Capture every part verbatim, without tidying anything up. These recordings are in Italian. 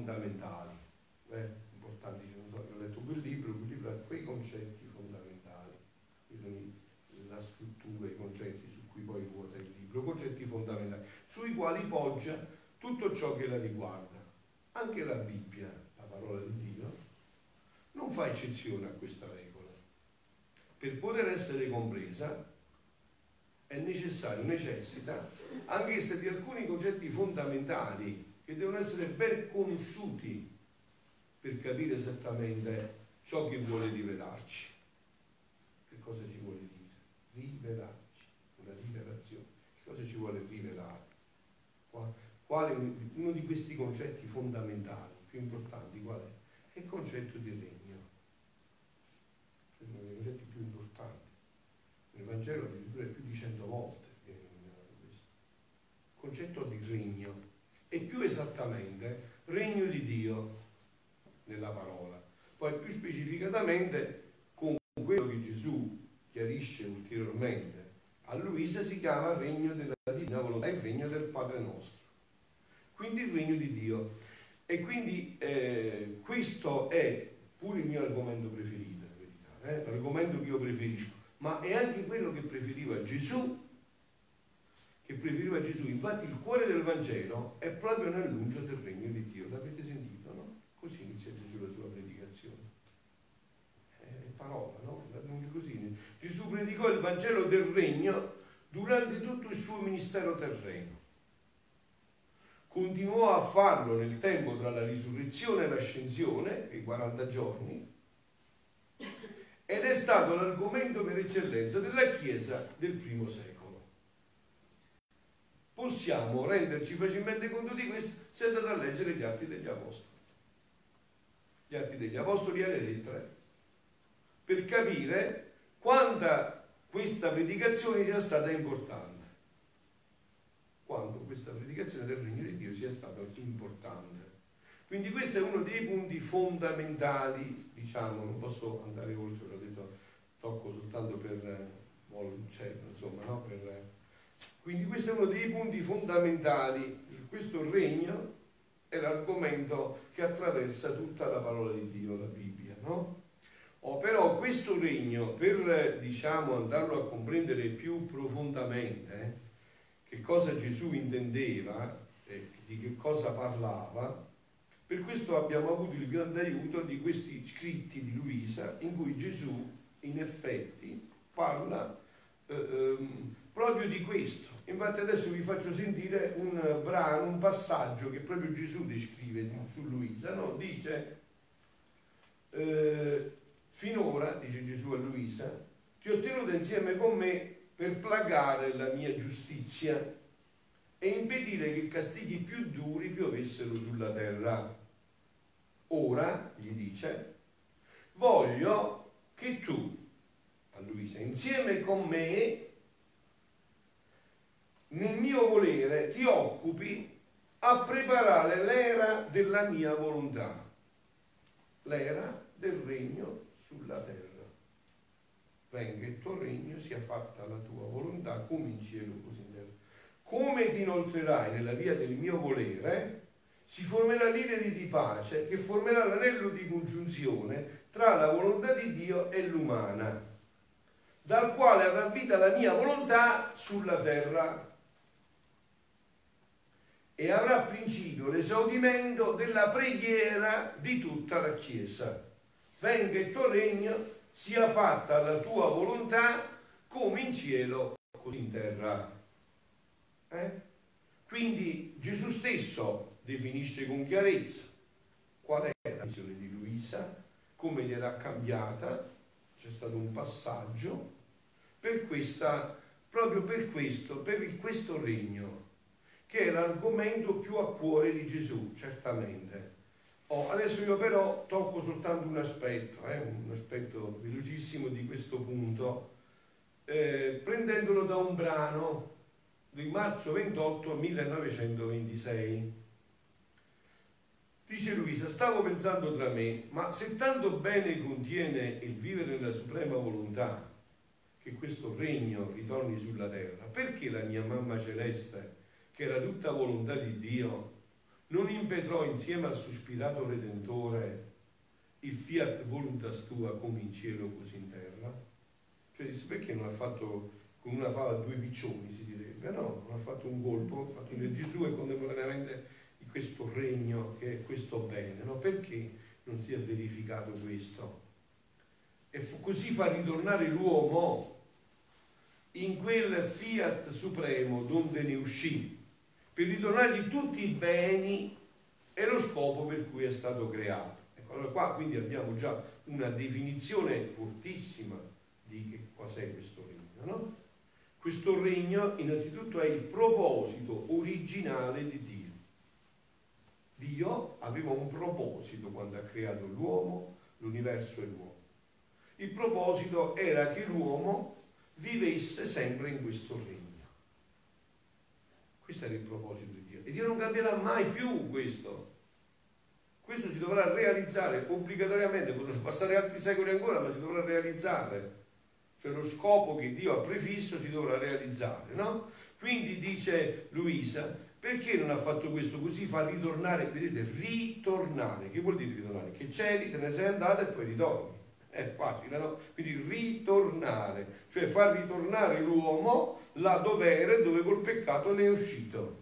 fondamentali, eh, importanti, cioè, non so, io ho letto quel libro, quel libro ha quei concetti fondamentali, quindi la struttura, i concetti su cui poi ruota il libro, concetti fondamentali, sui quali poggia tutto ciò che la riguarda. Anche la Bibbia, la parola di Dio, non fa eccezione a questa regola. Per poter essere compresa è necessario, necessita anche questa di alcuni concetti fondamentali che devono essere ben conosciuti per capire esattamente ciò che vuole rivelarci. Che cosa ci vuole dire? Rivelarci, una rivelazione. Che cosa ci vuole rivelare? Quale uno di questi concetti fondamentali, più importanti, qual è? È il concetto di regno. È uno dei concetti più importanti. Nel Vangelo addirittura più di cento volte viene nominato questo. Concetto di regno. E più esattamente regno di Dio nella parola. Poi più specificatamente con quello che Gesù chiarisce ulteriormente a Luisa si chiama regno della divina volontà, il regno del Padre nostro. Quindi il regno di Dio. E quindi eh, questo è pure il mio argomento preferito, in verità, eh? l'argomento che io preferisco, ma è anche quello che preferiva Gesù, che preferiva Gesù. Infatti il cuore del Vangelo è proprio l'annuncio del regno di Dio. L'avete sentito, no? Così inizia Gesù la sua predicazione. È parola, no? L'annuncio così. Gesù predicò il Vangelo del regno durante tutto il suo ministero terreno. Continuò a farlo nel tempo tra la risurrezione e l'ascensione, i quaranta giorni, ed è stato l'argomento per eccellenza della Chiesa del primo secolo. Possiamo renderci facilmente conto di questo se andate a leggere gli Atti degli Apostoli. Gli Atti degli Apostoli e le lettere, per capire quanta questa predicazione sia stata importante. Quando questa predicazione del regno di Dio sia stata importante. Quindi questo è uno dei punti fondamentali, diciamo, non posso andare oltre, l'ho detto, tocco soltanto per cioè, insomma, no? Per, quindi questo è uno dei punti fondamentali. Questo regno è l'argomento che attraversa tutta la parola di Dio, la Bibbia, no? Oh, però questo regno, per diciamo andarlo a comprendere più profondamente, eh, che cosa Gesù intendeva e di che cosa parlava, per questo abbiamo avuto il grande aiuto di questi scritti di Luisa, in cui Gesù in effetti parla eh, ehm, proprio di questo. Infatti adesso vi faccio sentire un brano, un passaggio che proprio Gesù descrive su Luisa, no? Dice eh, finora, dice Gesù a Luisa, ti ho tenuto insieme con me per placare la mia giustizia e impedire che castighi più duri piovessero sulla terra. Ora, gli dice, voglio che tu, a Luisa, insieme con me, nel mio volere, ti occupi a preparare l'era della mia volontà, l'era del regno sulla terra. Venga il tuo regno, sia fatta la tua volontà come in cielo così in terra. Come ti inoltrerai nella via del mio volere, si formerà l'ire di pace che formerà l'anello di congiunzione tra la volontà di Dio e l'umana, dal quale avrà vita la mia volontà sulla terra e avrà principio l'esaudimento della preghiera di tutta la Chiesa. Venga il tuo regno, sia fatta la tua volontà come in cielo così in terra. Eh? Quindi Gesù stesso definisce con chiarezza qual è la visione di Luisa, come gliel'ha cambiata. C'è stato un passaggio per questa, proprio per questo, per questo regno, che è l'argomento più a cuore di Gesù, certamente. Oh, adesso io però tocco soltanto un aspetto, eh, un aspetto velocissimo di questo punto, eh, prendendolo da un brano di marzo ventotto millenovecentoventisei. Dice Luisa, stavo pensando tra me, ma se tanto bene contiene il vivere nella suprema volontà, che questo regno ritorni sulla terra, perché la mia mamma celeste, che era tutta volontà di Dio, non impetrò insieme al sospirato Redentore il fiat voluntas tua come in cielo così in terra? Cioè disse, perché non ha fatto con una fava due piccioni, si direbbe? No, non ha fatto un colpo, ha fatto in Gesù e contemporaneamente di questo regno che è questo bene, no? Perché non si è verificato questo? E fu, così fa ritornare l'uomo in quel fiat supremo donde ne uscì, per ritornargli tutti i beni e lo scopo per cui è stato creato. Ecco, allora qua quindi abbiamo già una definizione fortissima di che cos'è questo regno, no? Questo regno innanzitutto è il proposito originale di Dio. Dio aveva un proposito quando ha creato l'uomo, l'universo e l'uomo. Il proposito era che l'uomo vivesse sempre in questo regno. Questo era il proposito di Dio. E Dio non cambierà mai più questo. Questo si dovrà realizzare obbligatoriamente, potranno passare altri secoli ancora, ma si dovrà realizzare. Cioè lo scopo che Dio ha prefisso si dovrà realizzare, no? Quindi dice Luisa, perché non ha fatto questo? Così fa ritornare, vedete, ritornare. Che vuol dire ritornare? Che c'eri, te ne sei andata e poi ritorni. È facile, no? Quindi ritornare, cioè far ritornare l'uomo là dove era e dove col peccato ne è uscito.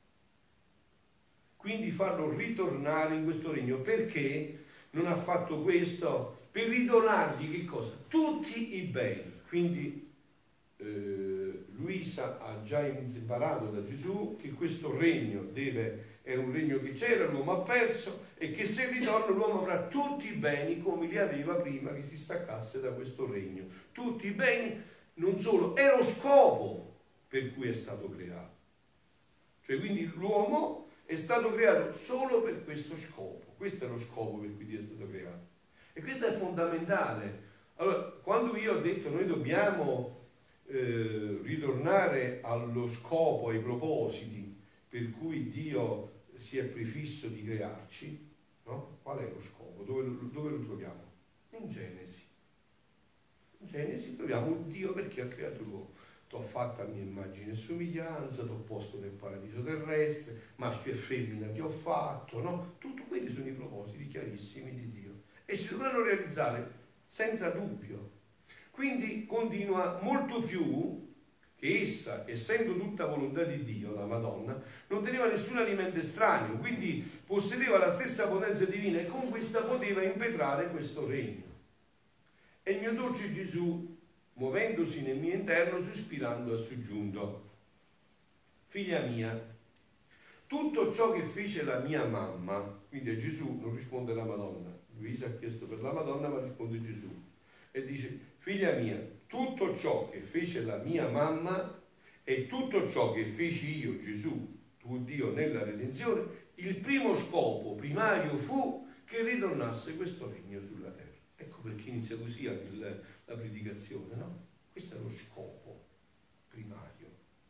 Quindi farlo ritornare in questo regno. Perché non ha fatto questo? Per ridonargli che cosa? Tutti i beni. Quindi eh, Luisa ha già imparato da Gesù che questo regno deve, era un regno che c'era, l'uomo ha perso, e che se ritorna l'uomo avrà tutti i beni come li aveva prima che si staccasse da questo regno. Tutti i beni, non solo, è lo scopo per cui è stato creato. Cioè quindi l'uomo è stato creato solo per questo scopo. Questo è lo scopo per cui Dio è stato creato. E questo è fondamentale. Allora, quando io ho detto noi dobbiamo eh, ritornare allo scopo, ai propositi per cui Dio si è prefisso di crearci, no? Qual è lo scopo? Dove, dove lo troviamo? In Genesi. In Genesi troviamo un Dio perché ha creato l'uomo. Ti ho fatto a mia immagine e somiglianza, ti ho posto nel paradiso terrestre, maschio e femmina ti ho fatto, no? Tutti quelli sono i propositi chiarissimi di Dio e si dovranno realizzare senza dubbio. Quindi continua molto più che essa, essendo tutta volontà di Dio, la Madonna, non teneva nessun alimento estraneo, quindi possedeva la stessa potenza divina e con questa poteva impetrare questo regno. E il mio dolce Gesù, muovendosi nel mio interno, sospirando, ha soggiunto: figlia mia, tutto ciò che fece la mia mamma, quindi a Gesù non risponde la Madonna, Luisa ha chiesto per la Madonna ma risponde Gesù, e dice: figlia mia, tutto ciò che fece la mia mamma e tutto ciò che feci io, Gesù, tuo Dio, nella redenzione, il primo scopo primario fu che ritornasse questo regno sulla terra. Ecco perché inizia così anche il, la predicazione, no? Questo è lo scopo primario,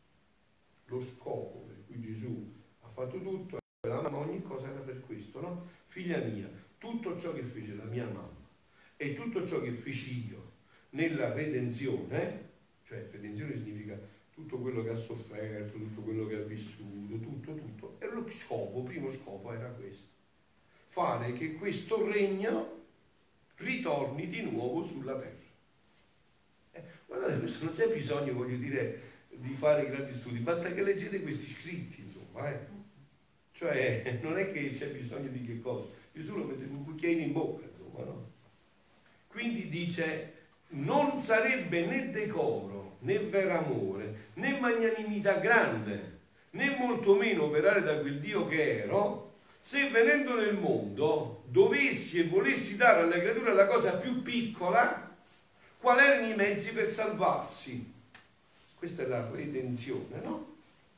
lo scopo per cui Gesù ha fatto tutto, ma ogni cosa era per questo, no? Figlia mia, tutto ciò che fece la mia mamma e tutto ciò che feci io nella redenzione, cioè redenzione significa tutto quello che ha sofferto, tutto quello che ha vissuto, tutto, tutto, e lo scopo, primo scopo era questo: fare che questo regno ritorni di nuovo sulla terra. Eh, guardate, questo non c'è bisogno, voglio dire, di fare grandi studi, basta che leggete questi scritti, insomma, eh. Cioè, non è che c'è bisogno di che cosa, Gesù lo mette con un cucchiaino in bocca, insomma, no? Quindi dice: non sarebbe né decoro, né vero amore, né magnanimità grande, né molto meno operare da quel Dio che ero, se venendo nel mondo dovessi e volessi dare alla creatura la cosa più piccola, quali erano i mezzi per salvarsi. Questa è la redenzione, no?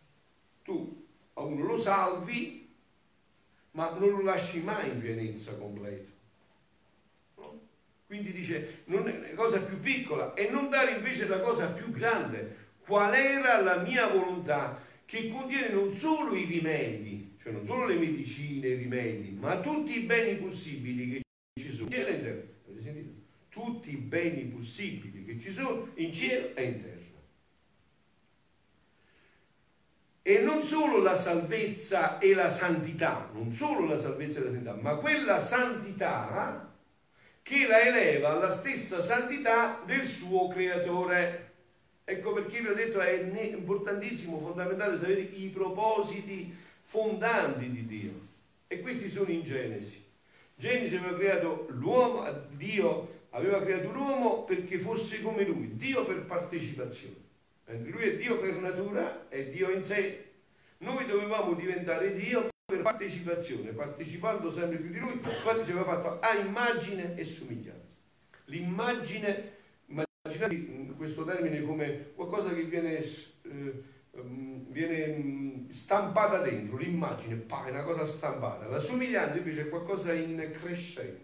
Tu a uno lo salvi, ma non lo lasci mai in pienezza completa. No? Quindi dice, non è la cosa più piccola, e non dare invece la cosa più grande. Qual era la mia volontà, che contiene non solo i rimedi, cioè non solo le medicine, i rimedi, ma tutti i beni possibili che ci sono in cielo e in terra. Avete sentito? Tutti i beni possibili che ci sono in cielo e in terra. E non solo la salvezza e la santità, non solo la salvezza e la santità, ma quella santità che la eleva alla stessa santità del suo creatore. Ecco perché vi ho detto è importantissimo, fondamentale sapere i propositi fondanti di Dio. E questi sono in Genesi. Genesi aveva creato l'uomo, Dio aveva creato l'uomo perché fosse come lui, Dio per partecipazione. Mentre lui è Dio per natura, è Dio in sé. Noi dovevamo diventare Dio per partecipazione, partecipando sempre più di lui. Infatti ci aveva fatto a immagine e somiglianza. L'immagine, immaginate questo termine come qualcosa che viene, eh, viene stampata dentro, l'immagine, pa, è una cosa stampata. La somiglianza invece è qualcosa in crescendo.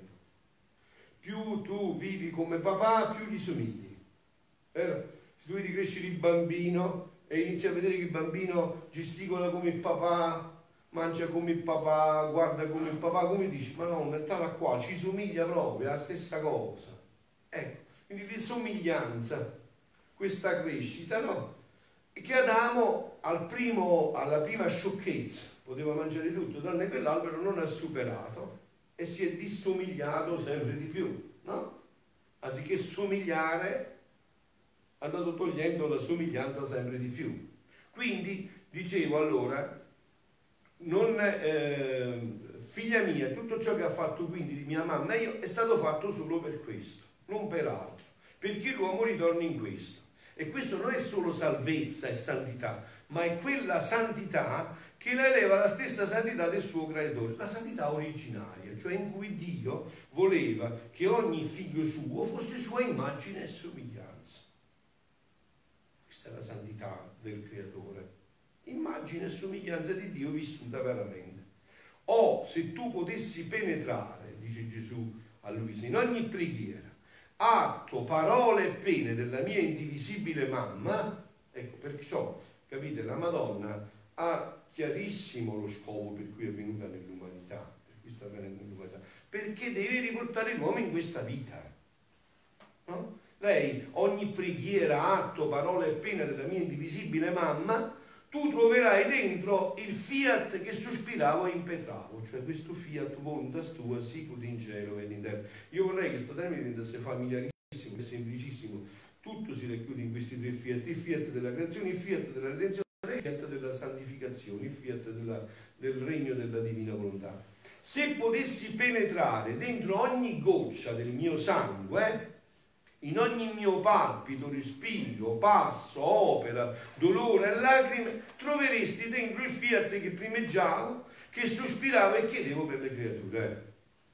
Più tu vivi come papà, più gli somigli. Vero? Se tu vedi crescere il bambino e inizi a vedere che il bambino gesticola come il papà, mangia come il papà, guarda come il papà, come dici, ma no, è stata qua, ci somiglia proprio, è la stessa cosa. Ecco, quindi di somiglianza, questa crescita, no? E che Adamo al primo, alla prima sciocchezza, poteva mangiare tutto, tranne quell'albero, non ha superato e si è dissomigliato sempre di più, no? Anziché somigliare, è andato togliendo la somiglianza sempre di più. Quindi, dicevo allora, non, eh, figlia mia, tutto ciò che ha fatto quindi di mia mamma e io è stato fatto solo per questo, non per altro, perché l'uomo ritorni in questo. E questo non è solo salvezza e santità, ma è quella santità che la eleva alla stessa santità del suo creatore, la santità originaria, cioè in cui Dio voleva che ogni figlio suo fosse sua immagine e somiglianza. Questa è la santità del creatore, immagine e somiglianza di Dio vissuta veramente. O se tu potessi penetrare, dice Gesù a Luisa, in ogni preghiera, atto, parole e pene della mia indivisibile mamma, ecco perciò, capite, la Madonna ha chiarissimo lo scopo per cui è venuta nell'umanità, per cui sta venendo nell'umanità, perché deve riportare l'uomo in questa vita, no? Lei, ogni preghiera, atto, parole e pena della mia indivisibile mamma, tu troverai dentro il fiat che sospiravo e impetravo, cioè questo fiat voluntas tua sicut in cielo ed in terra. Io vorrei che questo termine diventasse familiarissimo e semplicissimo. Tutto si racchiude in questi tre fiat: il fiat della creazione, il fiat della redenzione, il fiat della santificazione, il fiat della, del regno della divina volontà. Se potessi penetrare dentro ogni goccia del mio sangue, in ogni mio palpito, respiro, passo, opera, dolore e lacrime, troveresti dentro il fiat che primeggiavo, che sospiravo e chiedevo per le creature.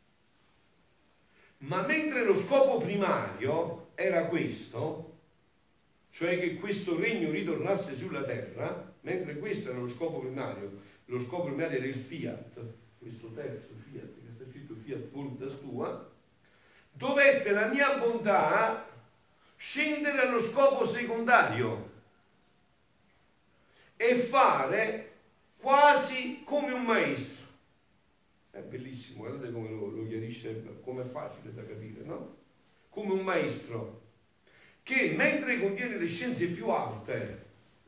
Ma mentre lo scopo primario era questo, cioè che questo regno ritornasse sulla terra, mentre questo era lo scopo primario, lo scopo primario era il fiat, questo terzo fiat che sta scritto fiat voluntas tua, dovette la mia bontà scendere allo scopo secondario e fare quasi come un maestro. È bellissimo, guardate come lo, lo chiarisce, come è facile da capire, no? Come un maestro che, mentre contiene le scienze più alte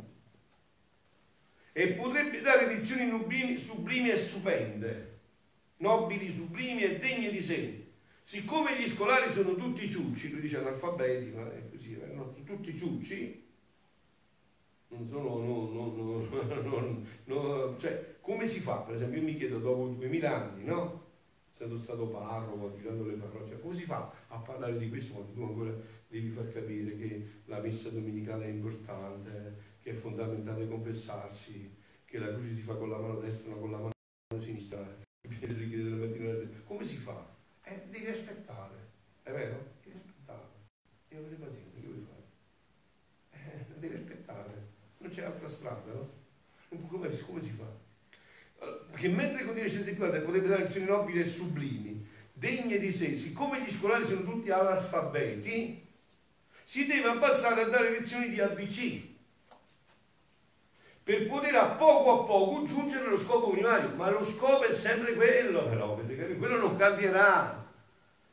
e potrebbe dare lezioni sublimi, sublimi e stupende, nobili, sublimi e degne di sé, siccome gli scolari sono tutti ciucci, lui dice analfabeti, ma è così, no? Tutti ciucci, non sono, no, no, no, no, no, cioè, come si fa? Per esempio, io mi chiedo, dopo duemila anni, no? Essendo stato parroco, girando le parrocchie, come si fa a parlare di questo quando tu ancora devi far capire che la messa domenicale è importante, che è fondamentale confessarsi, che la croce si fa con la mano destra, non con la mano sinistra, della mattina alla sera. Come si fa? Eh, devi aspettare, è vero? Devi aspettare, devi avere pazienza, che vuoi fare? Eh, devi aspettare, non c'è altra strada, no? Come, come si fa? Perché mentre con le scienze più alte potrebbe dare lezioni nobili e sublimi, degne di sé, siccome gli scolari sono tutti analfabeti, si deve abbassare a dare lezioni di A B C per poter a poco a poco giungere allo scopo primario, ma lo scopo è sempre quello, però, quello non cambierà.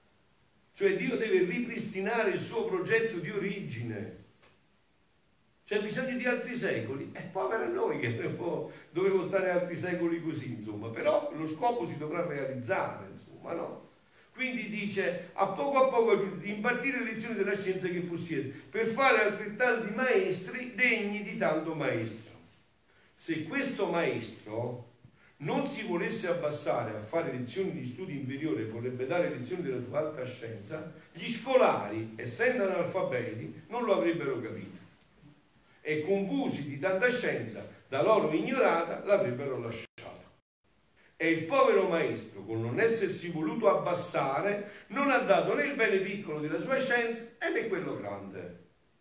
Cioè Dio deve ripristinare il suo progetto di origine. C'è bisogno di altri secoli, è povera noi che dovremmo stare altri secoli così, insomma, però lo scopo si dovrà realizzare, insomma, no? Quindi dice, a poco a poco impartire le lezioni della scienza che possiede, per fare altrettanti maestri degni di tanto maestro. Se questo maestro non si volesse abbassare a fare lezioni di studio inferiore e vorrebbe dare lezioni della sua alta scienza, gli scolari, essendo analfabeti, non lo avrebbero capito e confusi di tanta scienza da loro ignorata l'avrebbero lasciato. E il povero maestro, con non essersi voluto abbassare, non ha dato né il bene piccolo della sua scienza e né quello grande.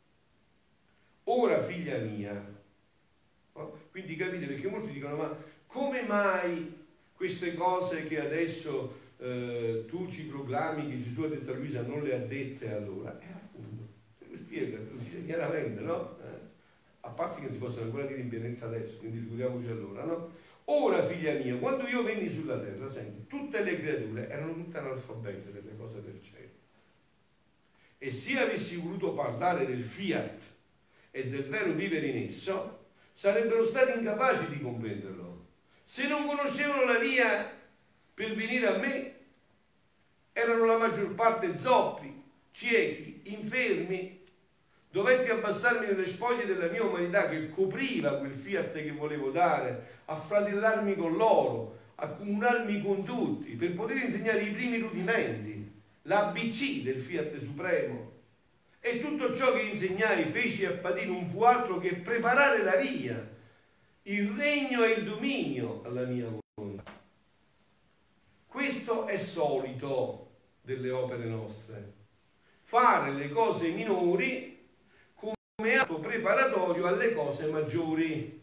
Ora, figlia mia, no? Quindi capite, perché molti dicono, ma come mai queste cose che adesso eh, tu ci proclami che Gesù ha detto a Luisa non le ha dette allora? E eh, appunto, te lo spiega, te lo dice chiaramente, no? Eh? A parte che non si possono ancora dire in pienezza adesso, quindi figuriamoci allora, no? Ora, figlia mia, quando io venni sulla terra, senti, tutte le creature erano tutte analfabete delle cose del cielo. E se avessi voluto parlare del fiat e del vero vivere in esso, sarebbero stati incapaci di comprenderlo. Se non conoscevano la via per venire a me, erano la maggior parte zoppi, ciechi, infermi. Dovetti abbassarmi nelle spoglie della mia umanità che copriva quel fiat che volevo dare, affratellarmi con loro, accomunarmi con tutti, per poter insegnare i primi rudimenti, l'A B C del fiat supremo. E tutto ciò che insegnai, feci a Padino, non fu altro che preparare la via, il regno e il dominio alla mia volontà. Questo è solito delle opere nostre, fare le cose minori come atto preparatorio alle cose maggiori.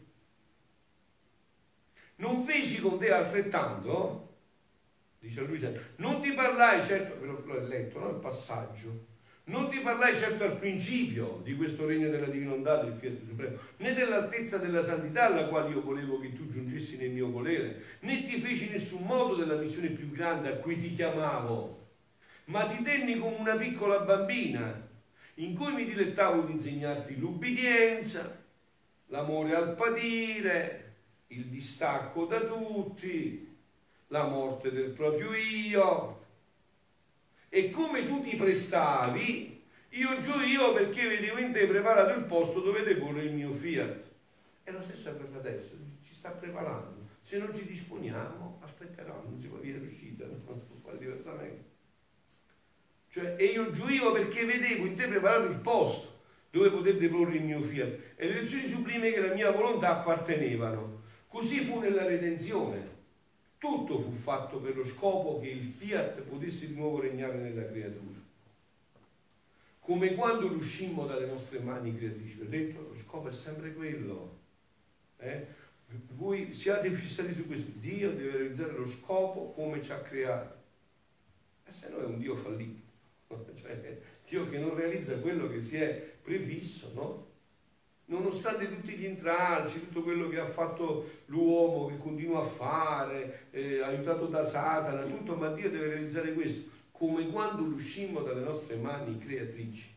Non feci con te altrettanto? Dice a Luisa, non ti parlai certo, ve l'ho letto, no? Il passaggio, non ti parlai certo al principio di questo regno della divinità, del fiat supremo, né dell'altezza della santità alla quale io volevo che tu giungessi nel mio volere, né ti feci in nessun modo della missione più grande a cui ti chiamavo, ma ti tenni come una piccola bambina, in cui mi dilettavo di insegnarti l'ubbidienza, l'amore al patire, il distacco da tutti, la morte del proprio io. E come tu ti prestavi, io gioivo perché vedevo in te preparato il posto dove deporre il mio fiat. E lo stesso è per adesso, ci sta preparando. Se non ci disponiamo, aspetterà, non si può via l'uscita, non si può fare diversamente. Cioè, e io gioivo perché vedevo in te preparato il posto dove poter deporre il mio fiat e le lezioni sublime che alla mia volontà appartenevano. Così fu nella redenzione. Tutto fu fatto per lo scopo che il fiat potesse di nuovo regnare nella creatura. Come quando uscimmo dalle nostre mani creatrici. Vi ho detto, lo scopo è sempre quello. Eh? Voi siate fissati su questo. Dio deve realizzare lo scopo come ci ha creato. E se no è un Dio fallito. Cioè, Dio che non realizza quello che si è prefisso, no? Nonostante tutti gli intralci, tutto quello che ha fatto l'uomo, che continua a fare, eh, aiutato da Satana, tutto, ma Dio deve realizzare questo, come quando uscimmo dalle nostre mani creatrici.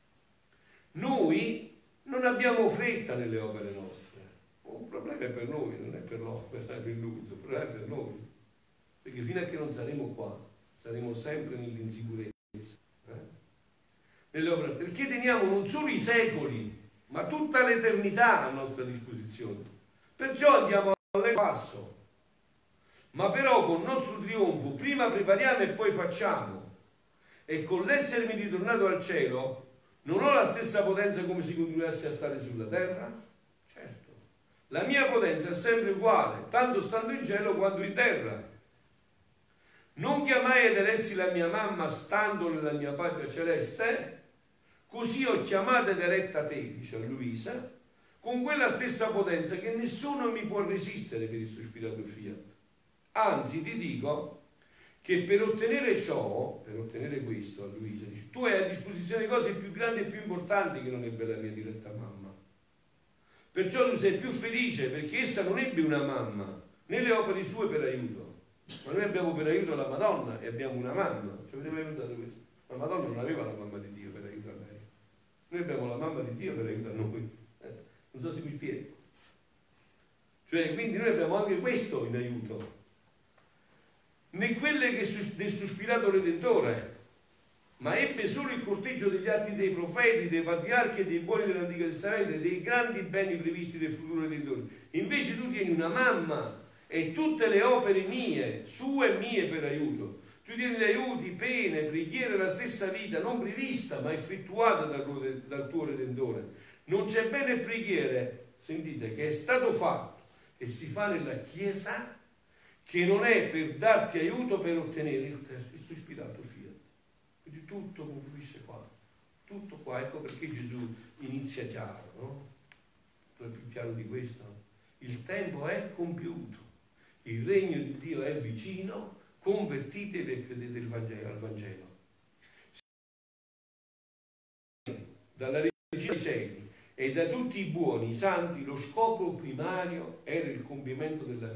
Noi non abbiamo fretta nelle opere nostre, un problema è per noi, non è per l'opera, è per lui, il problema è per noi, perché fino a che non saremo qua, saremo sempre nell'insicurezza. Nelle opere, perché teniamo non solo i secoli, ma tutta l'eternità a nostra disposizione. Perciò andiamo al passo. Ma però con il nostro trionfo prima prepariamo e poi facciamo. E con l'essermi ritornato al cielo non ho la stessa potenza come se continuassi a stare sulla terra? Certo. La mia potenza è sempre uguale, tanto stando in cielo quanto in terra. Non chiamai ed elessi la mia mamma stando nella mia patria celeste? Così ho chiamata ed eletta te, dice Luisa, con quella stessa potenza che nessuno mi può resistere per il sospirato fiat. Anzi, ti dico che per ottenere ciò, per ottenere questo, a Luisa, dice, tu hai a disposizione cose più grandi e più importanti che non ebbe la mia diletta mamma. Perciò tu sei più felice perché essa non ebbe una mamma, né le opere sue per aiuto. Ma noi abbiamo per aiuto la Madonna e abbiamo una mamma. Ci avete mai pensato questo? La Madonna non aveva la mamma di Dio per aiuto a lei. Noi abbiamo la mamma di Dio per aiuto a noi. Non so se mi spiego. Cioè, quindi noi abbiamo anche questo in aiuto. Né quelle che del sospirato Redentore, ma ebbe solo il corteggio degli atti dei profeti, dei patriarchi e dei buoni dell'Antico Testamento e dei grandi beni previsti del futuro Redentore. Invece tu tieni una mamma e tutte le opere mie, sue e mie per aiuto. Tu tieni gli aiuti, pene, preghiere della stessa vita, non prevista ma effettuata dal tuo, dal tuo Redentore. Non c'è bene e preghiere, sentite, che è stato fatto e si fa nella Chiesa, che non è per darti aiuto per ottenere il, il sospirato fiat. Quindi tutto confluisce qua, tutto qua. Ecco perché Gesù inizia chiaro, no? Non è più chiaro di questo. Il tempo è compiuto, il regno di Dio è vicino, convertitevi e credete il Vangelo, al Vangelo. Dalla regina dei cieli e da tutti i buoni, i santi, lo scopo primario era il compimento della